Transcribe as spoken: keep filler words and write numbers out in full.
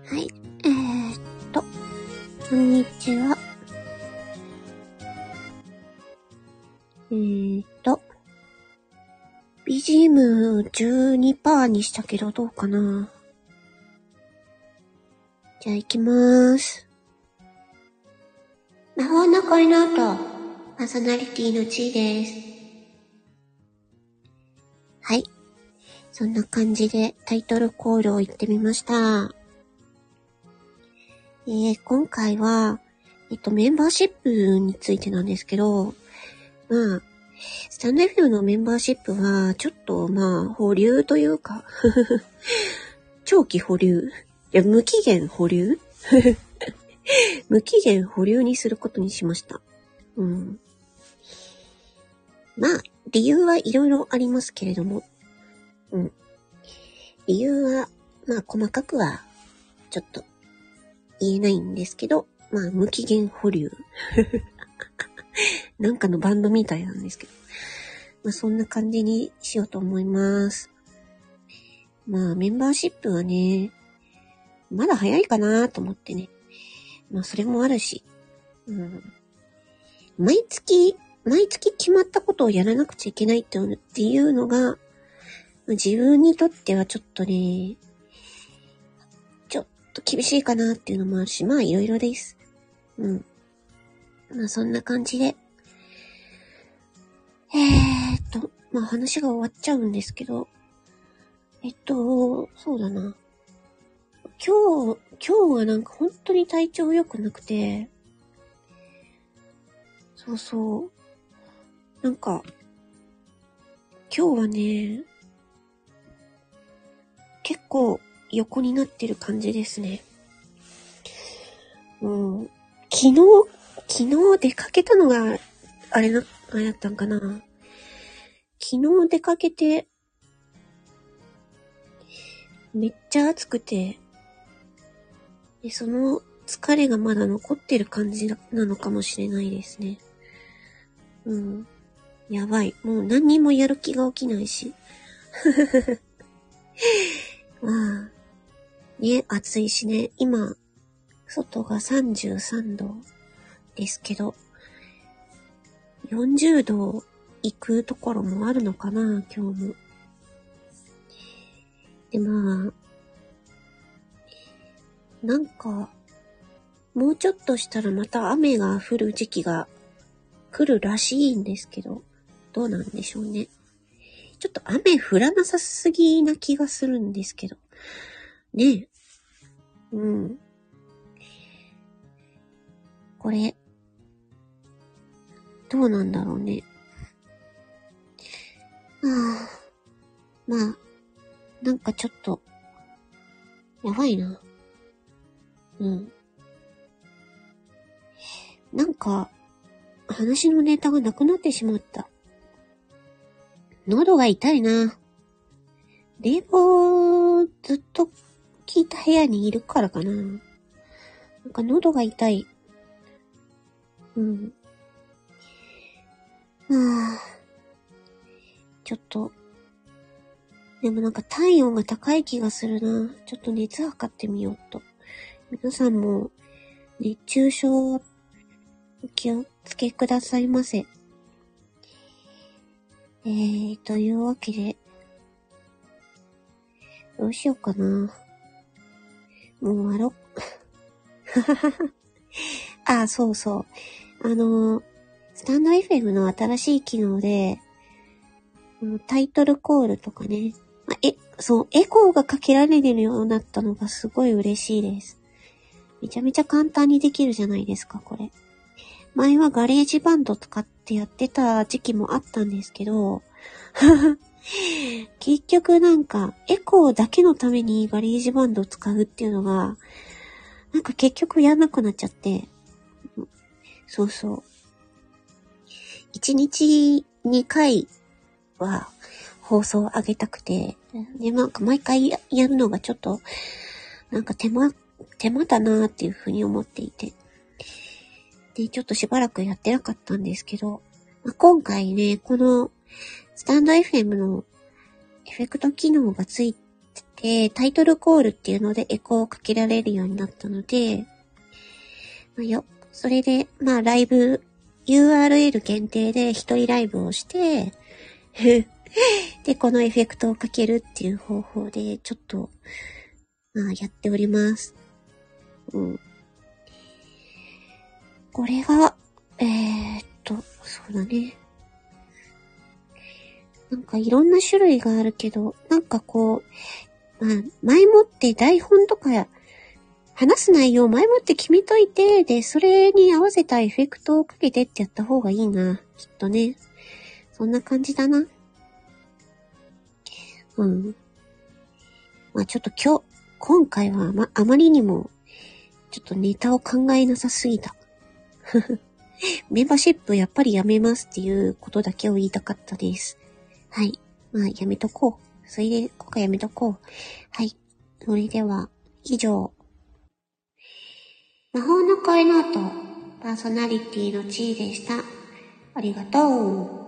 はい、えーっと、こんにちは。えーっと、ビージーエムじゅうにパーセント にしたけどどうかな。じゃあ行きまーす。魔法の恋の音、パーソナリティのちーです。はい。そんな感じでタイトルコールを言ってみました。えー、今回は、えっと、メンバーシップについてなんですけど、まあ、スタンド エフエム のメンバーシップは、ちょっと、まあ、保留というか、長期保留。いや、無期限保留無期限保留にすることにしました。うん。まあ、理由はいろいろありますけれども、うん。理由は、まあ、細かくは、ちょっと、言えないんですけど、まあ、無期限保留。なんかのバンドみたいなんですけど。まあ、そんな感じにしようと思います。まあ、メンバーシップはね、まだ早いかなと思ってね。まあ、それもあるし。うん。毎月、毎月決まったことをやらなくちゃいけないっていうのが、自分にとってはちょっとね、ちょっと厳しいかなっていうのもあるし、まあ、いろいろです。うん。まあ、そんな感じで。えーっと、まあ、話が終わっちゃうんですけど、えっと、そうだな。今日、今日はなんか本当に体調良くなくて、そうそう。なんか、今日はね、結構横になってる感じですね。うん。昨日、昨日出かけたのが、あれな、あれだったんかな。昨日出かけて、めっちゃ暑くて、で、その疲れがまだ残ってる感じなのかもしれないですね。うん。やばい。もう何にもやる気が起きないし。まあ、ね、暑いしね。今、外がさんじゅうさんどですけど、よんじゅうど行くところもあるのかな、今日も。で、まあ、なんか、もうちょっとしたらまた雨が降る時期が来るらしいんですけど、どうなんでしょうね。ちょっと雨降らなさすぎな気がするんですけど。ねえ。うん。これ、どうなんだろうね。ああ、まあ、なんかちょっと、やばいな。うん。なんか、話のネタがなくなってしまった。喉が痛いな。冷房ずっと効いた部屋にいるからかな。なんか喉が痛い。うん。ああ。ちょっと。でもなんか体温が高い気がするな。ちょっと熱測ってみようと。皆さんも熱中症お気をつけくださいませ。えー、というわけで。どうしようかな。もう終わろ。ああ、そうそう。あのー、スタンド エフエム の新しい機能で、タイトルコールとかね。まあ、え、そう、エコーがかけられるようになったのがすごい嬉しいです。めちゃめちゃ簡単にできるじゃないですか、これ。前はガレージバンド使ってやってた時期もあったんですけど、結局なんか、エコーだけのためにガレージバンドを使うっていうのが、なんか結局やんなくなっちゃって、そうそう。いちにちにかいは放送を上げたくて、で、なんか毎回 や, やるのがちょっと、なんか手間、手間だなーっていうふうに思っていて。で、ちょっとしばらくやってなかったんですけど、まあ、今回ね、このスタンド エフエム のエフェクト機能がついて、タイトルコールっていうのでエコーをかけられるようになったので、まあ、よ、それで、まあライブ、ユーアールエル 限定で一人ライブをして、で、このエフェクトをかけるっていう方法で、ちょっと、まあやっております。うん。これが、えーっと、そうだね。なんかいろんな種類があるけど、なんかこう、まあ、前もって台本とか話す内容を前もって決めといて、で、それに合わせたエフェクトをかけてってやった方がいいな。きっとね。そんな感じだな。うん。まあちょっと今日、今回はま、あまりにも、ちょっとネタを考えなさすぎた。メンバーシップやっぱりやめますっていうことだけを言いたかったです。はい。まあやめとこう。それで、今回やめとこう。はい。それでは、以上。魔法の声ノート、パーソナリティの地位でした。ありがとう。